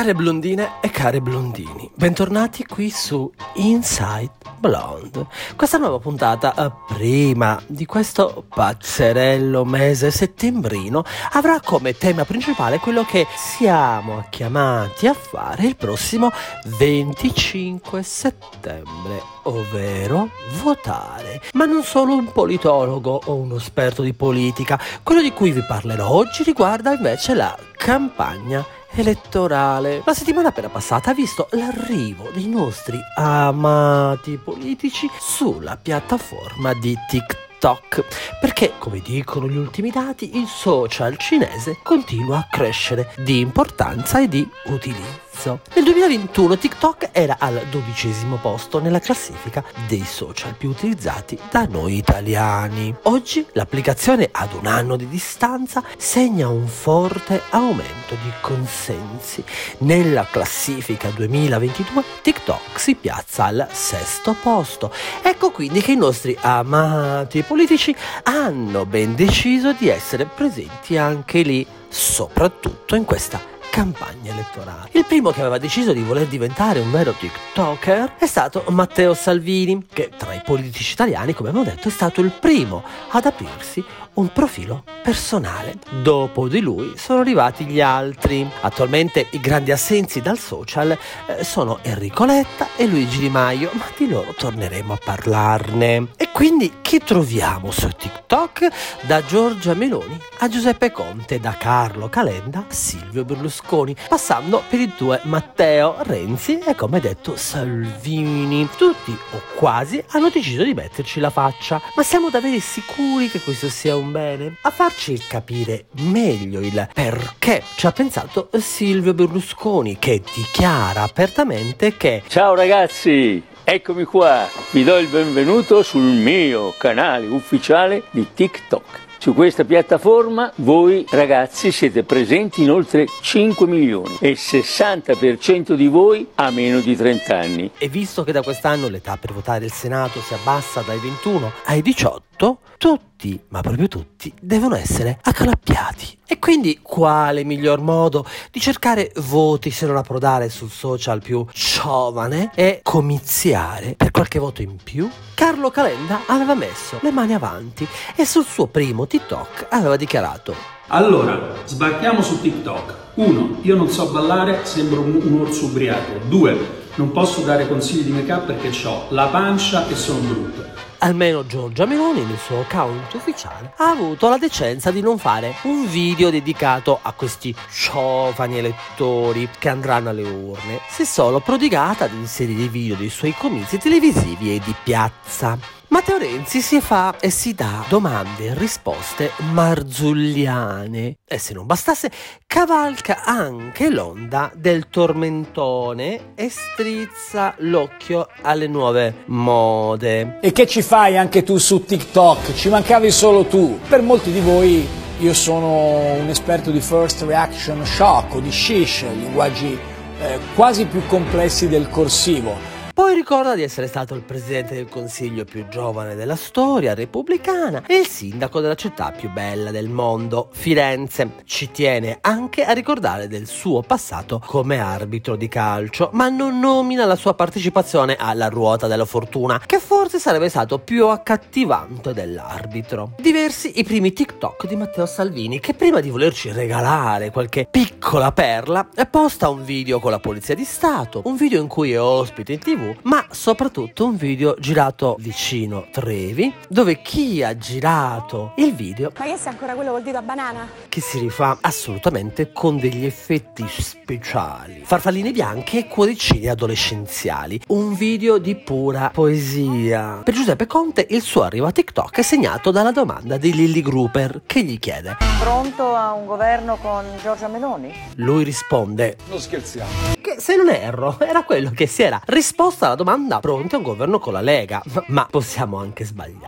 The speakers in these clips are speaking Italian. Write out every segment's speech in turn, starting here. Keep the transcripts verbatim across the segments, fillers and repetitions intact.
Care blondine e care blondini, bentornati qui su Inside Blonde. Questa nuova puntata, eh, prima di questo pazzerello mese settembrino, avrà come tema principale quello che siamo chiamati a fare il prossimo venticinque settembre, ovvero votare. Ma non solo un politologo o uno esperto di politica, quello di cui vi parlerò oggi riguarda invece la campagna elettorale. La settimana appena passata ha visto l'arrivo dei nostri amati politici sulla piattaforma di TikTok, perché, come dicono gli ultimi dati, il social cinese continua a crescere di importanza e di utilizzo. Nel duemilaventuno TikTok era al dodicesimo posto nella classifica dei social più utilizzati da noi italiani. Oggi l'applicazione, ad un anno di distanza, segna un forte aumento di consensi. Nella classifica duemilaventidue TikTok si piazza al sesto posto. Ecco quindi che i nostri amati politici hanno ben deciso di essere presenti anche lì, soprattutto in questa campagna elettorale. Il primo che aveva deciso di voler diventare un vero TikToker è stato Matteo Salvini, che tra i politici italiani, come abbiamo detto, è stato il primo ad aprirsi un profilo personale. Dopo di lui sono arrivati gli altri. Attualmente i grandi assensi dal social eh, sono Enrico Letta e Luigi Di Maio, ma di loro torneremo a parlarne. E quindi chi troviamo su TikTok? Da Giorgia Meloni a Giuseppe Conte, da Carlo Calenda a Silvio Berlusconi, passando per i due Matteo Renzi e, come detto, Salvini. Tutti o quasi hanno deciso di metterci la faccia, ma siamo davvero sicuri che questo sia un bene? A farci capire meglio il perché ci ha pensato Silvio Berlusconi, che dichiara apertamente che: ciao ragazzi, eccomi qua, vi do il benvenuto sul mio canale ufficiale di TikTok. Su questa piattaforma voi ragazzi siete presenti in oltre cinque milioni e il sessanta per cento di voi ha meno di trenta anni. E visto che da quest'anno l'età per votare il Senato si abbassa dai ventuno ai diciotto, tutti, ma proprio tutti, devono essere accalappiati. E quindi quale miglior modo di cercare voti se non approdare sul social più giovane e comiziare per qualche voto in più? Carlo Calenda aveva messo le mani avanti e sul suo primo TikTok aveva dichiarato: allora, sbarchiamo su TikTok. uno. Io non so ballare, sembro un, un orso ubriaco. due. Non posso dare consigli di make up perché ho la pancia e sono brutta. Almeno Giorgia Meloni nel suo account ufficiale ha avuto la decenza di non fare un video dedicato a questi giovani elettori che andranno alle urne. Si è solo prodigata ad inserire i video dei suoi comizi televisivi e di piazza. Matteo Renzi si fa e si dà domande e risposte marzulliane e, se non bastasse, cavalca anche l'onda del tormentone e strizza l'occhio alle nuove mode. E che ci fai anche tu su TikTok? Ci mancavi solo tu. Per molti di voi io sono un esperto di first reaction shock o di shish, linguaggi eh, quasi più complessi del corsivo. Poi ricorda di essere stato il presidente del consiglio più giovane della storia repubblicana e il sindaco della città più bella del mondo, Firenze. Ci tiene anche a ricordare del suo passato come arbitro di calcio, ma non nomina la sua partecipazione alla ruota della fortuna, che forse sarebbe stato più accattivante dell'arbitro. Diversi i primi TikTok di Matteo Salvini, che prima di volerci regalare qualche piccola perla posta un video con la polizia di Stato, un video in cui è ospite in tv, ma soprattutto un video girato vicino Trevi, dove chi ha girato il video, ma che sei ancora quello col dito a banana? che si rifà assolutamente con degli effetti speciali, farfalline bianche e cuoricini adolescenziali, un video di pura poesia. Per Giuseppe Conte il suo arrivo a TikTok è segnato dalla domanda di Lilly Gruber, che gli chiede: pronto a un governo con Giorgia Meloni? Lui risponde: Non scherziamo. che, se non erro, era quello che si era risposto alla domanda pronti a un governo con la Lega, ma, ma possiamo anche sbagliare.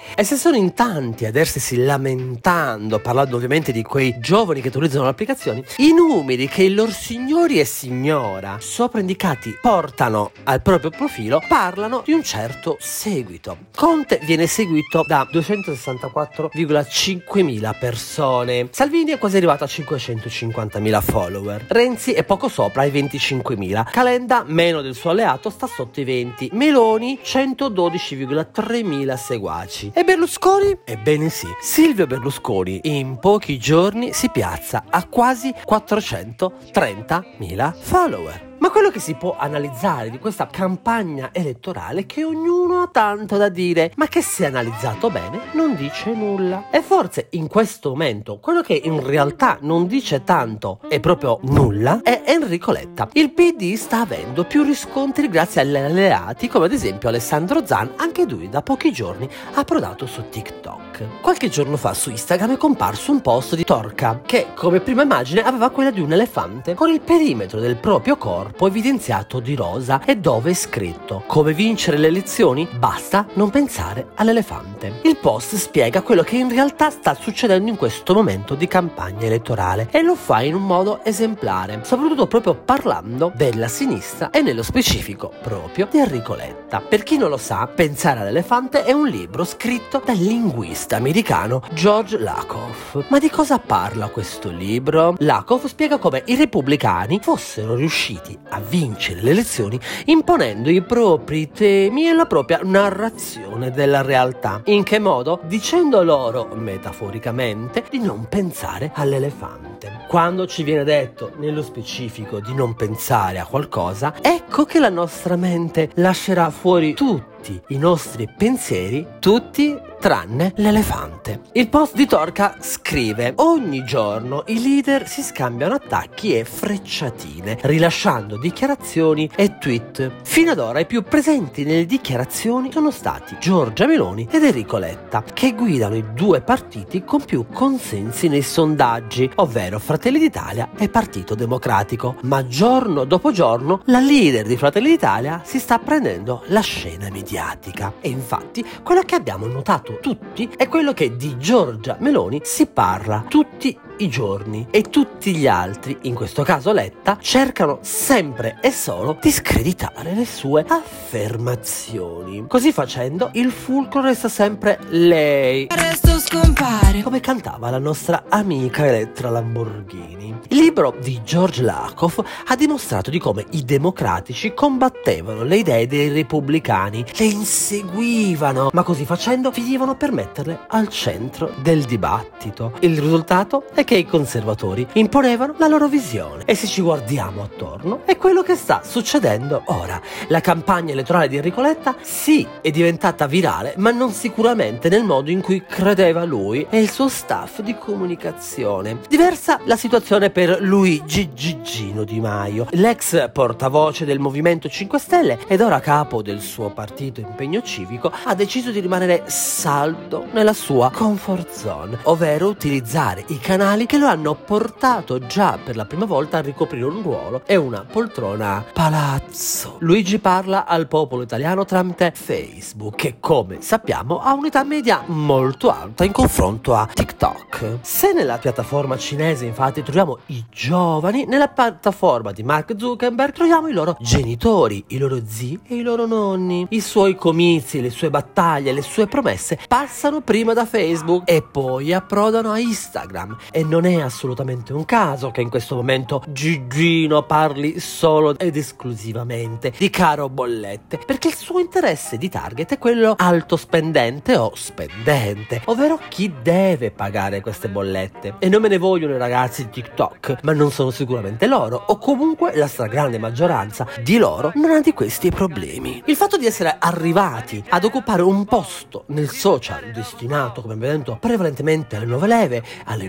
E se sono in tanti ad essersi lamentando, parlando ovviamente di quei giovani che utilizzano le applicazioni, i numeri che i loro signori e signora sopraindicati portano al proprio profilo parlano di un certo seguito. Conte viene seguito da duecentosessantaquattro virgola cinque mila persone, Salvini è quasi arrivato a cinquecentocinquantamila follower, Renzi è poco sopra i venticinquemila, Calenda meno del suo alleato sta sotto i venti, Meloni centododici virgola tre mila seguaci e Berlusconi? Ebbene sì, Silvio Berlusconi in pochi giorni si piazza a quasi quattrocentotrentamila follower. Ma quello che si può analizzare di questa campagna elettorale è che ognuno ha tanto da dire, ma che se analizzato bene non dice nulla. E forse in questo momento quello che in realtà non dice tanto e proprio nulla è Enrico Letta. Il P D sta avendo più riscontri grazie agli alleati come ad esempio Alessandro Zan, anche lui da pochi giorni approdato su TikTok. Qualche giorno fa su Instagram è comparso un post di Torca che come prima immagine aveva quella di un elefante con il perimetro del proprio corpo evidenziato di rosa e dove è scritto: come vincere le elezioni? Basta non pensare all'elefante. Il post spiega quello che in realtà sta succedendo in questo momento di campagna elettorale e lo fa in un modo esemplare, soprattutto proprio parlando della sinistra e nello specifico proprio di Enrico Letta. Per chi non lo sa, Pensare all'elefante è un libro scritto dal linguista americano George Lakoff. Ma di cosa parla questo libro? Lakoff spiega come i repubblicani fossero riusciti a vincere le elezioni imponendo i propri temi e la propria narrazione della realtà. In che modo? Dicendo loro, metaforicamente, di non pensare all'elefante. Quando ci viene detto nello specifico di non pensare a qualcosa, ecco che la nostra mente lascerà fuori tutti i nostri pensieri, tutti tranne l'elefante. Il post di Torca scrive: ogni giorno i leader si scambiano attacchi e frecciatine, rilasciando dichiarazioni e tweet. Fino ad ora i più presenti nelle dichiarazioni sono stati Giorgia Meloni ed Enrico Letta, che guidano i due partiti con più consensi nei sondaggi, ovvero Fratelli d'Italia e Partito Democratico. Ma giorno dopo giorno la leader di Fratelli d'Italia si sta prendendo la scena mediatica. E infatti quello che abbiamo notato tutti è quello che di Giorgia Meloni si parla tutti i giorni e tutti gli altri, in questo caso Letta, cercano sempre e solo di screditare le sue affermazioni. Così facendo il fulcro resta sempre lei. Resto scompare, come cantava la nostra amica Elettra Lamborghini. Il libro di George Lakoff ha dimostrato di come i democratici combattevano le idee dei repubblicani, le inseguivano, ma così facendo finivano per metterle al centro del dibattito. Il risultato è che i conservatori imponevano la loro visione e se ci guardiamo attorno è quello che sta succedendo ora. La campagna elettorale di Enrico Letta sì è diventata virale, ma non sicuramente nel modo in cui credeva lui e il suo staff di comunicazione. Diversa la situazione per Luigi Gigino Di Maio, l'ex portavoce del Movimento cinque Stelle ed ora capo del suo partito Impegno Civico, ha deciso di rimanere saldo nella sua comfort zone, ovvero utilizzare i canali che lo hanno portato già per la prima volta a ricoprire un ruolo e una poltrona palazzo. Luigi parla al popolo italiano tramite Facebook, che come sappiamo ha un'età media molto alta in confronto a TikTok. Se nella piattaforma cinese infatti troviamo i giovani, nella piattaforma di Mark Zuckerberg troviamo i loro genitori, i loro zii e i loro nonni. I suoi comizi, le sue battaglie, le sue promesse passano prima da Facebook e poi approdano a Instagram. E non è assolutamente un caso che in questo momento Gigino parli solo ed esclusivamente di caro bollette, perché il suo interesse di target è quello alto spendente o spendente, ovvero chi deve pagare queste bollette. E non me ne vogliono i ragazzi di TikTok, ma non sono sicuramente loro, o comunque la stragrande maggioranza di loro non ha di questi problemi. Il fatto di essere arrivati ad occupare un posto nel social destinato, come abbiamo detto, prevalentemente alle nuove leve, alle nuove generazioni,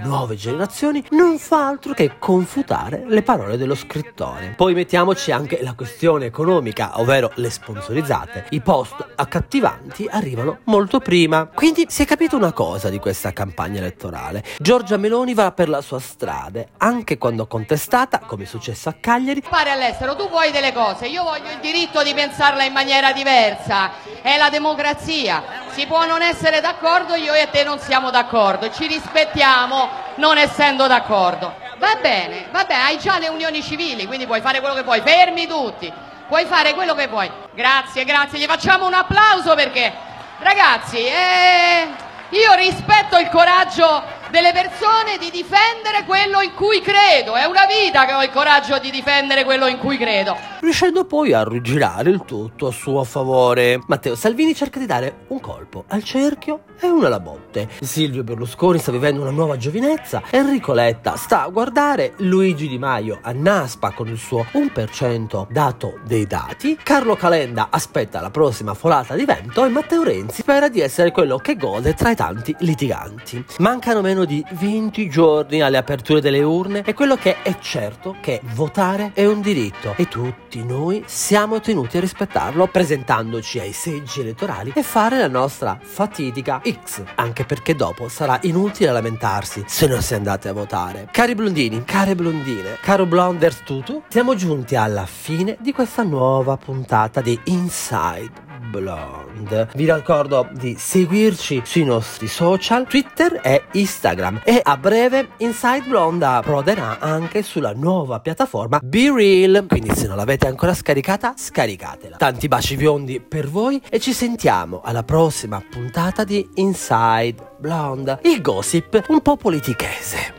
generazioni non fa altro che confutare le parole dello scrittore. Poi mettiamoci anche la questione economica, ovvero le sponsorizzate. I post accattivanti arrivano molto prima. Quindi si è capito una cosa di questa campagna elettorale: Giorgia Meloni va per la sua strada, anche quando contestata, come è successo a Cagliari. Fare all'estero, tu vuoi delle cose, io voglio il diritto di pensarla in maniera diversa, è la democrazia, si può non essere d'accordo, io e te non siamo d'accordo, ci rispettiamo non essendo d'accordo, va bene, va bene, hai già le unioni civili, quindi puoi fare quello che vuoi, fermi tutti, puoi fare quello che vuoi, grazie, grazie, gli facciamo un applauso perché, ragazzi, eh, io rispetto il coraggio delle persone di difendere quello in cui credo, è una vita che ho il coraggio di difendere quello in cui credo. Riuscendo poi a rigirare il tutto a suo favore. Matteo Salvini cerca di dare un colpo al cerchio e una alla botte. Silvio Berlusconi sta vivendo una nuova giovinezza, Enrico Letta sta a guardare, Luigi Di Maio annaspa con il suo uno per cento dato dei dati, Carlo Calenda aspetta la prossima folata di vento e Matteo Renzi spera di essere quello che gode tra i tanti litiganti. Mancano meno di venti giorni alle aperture delle urne e quello che è certo che votare è un diritto e tutti noi siamo tenuti a rispettarlo presentandoci ai seggi elettorali e fare la nostra fatidica X, anche perché dopo sarà inutile lamentarsi se non si andate a votare. Cari blondini, care blondine, caro blonders tutu, siamo giunti alla fine di questa nuova puntata di Inside Blonde. Vi ricordo di seguirci sui nostri social, Twitter e Instagram, e a breve Inside Blonde approderà anche sulla nuova piattaforma Be Real, quindi se non l'avete ancora scaricata, scaricatela. Tanti baci biondi per voi e ci sentiamo alla prossima puntata di Inside Blonde, il gossip un po' politichese.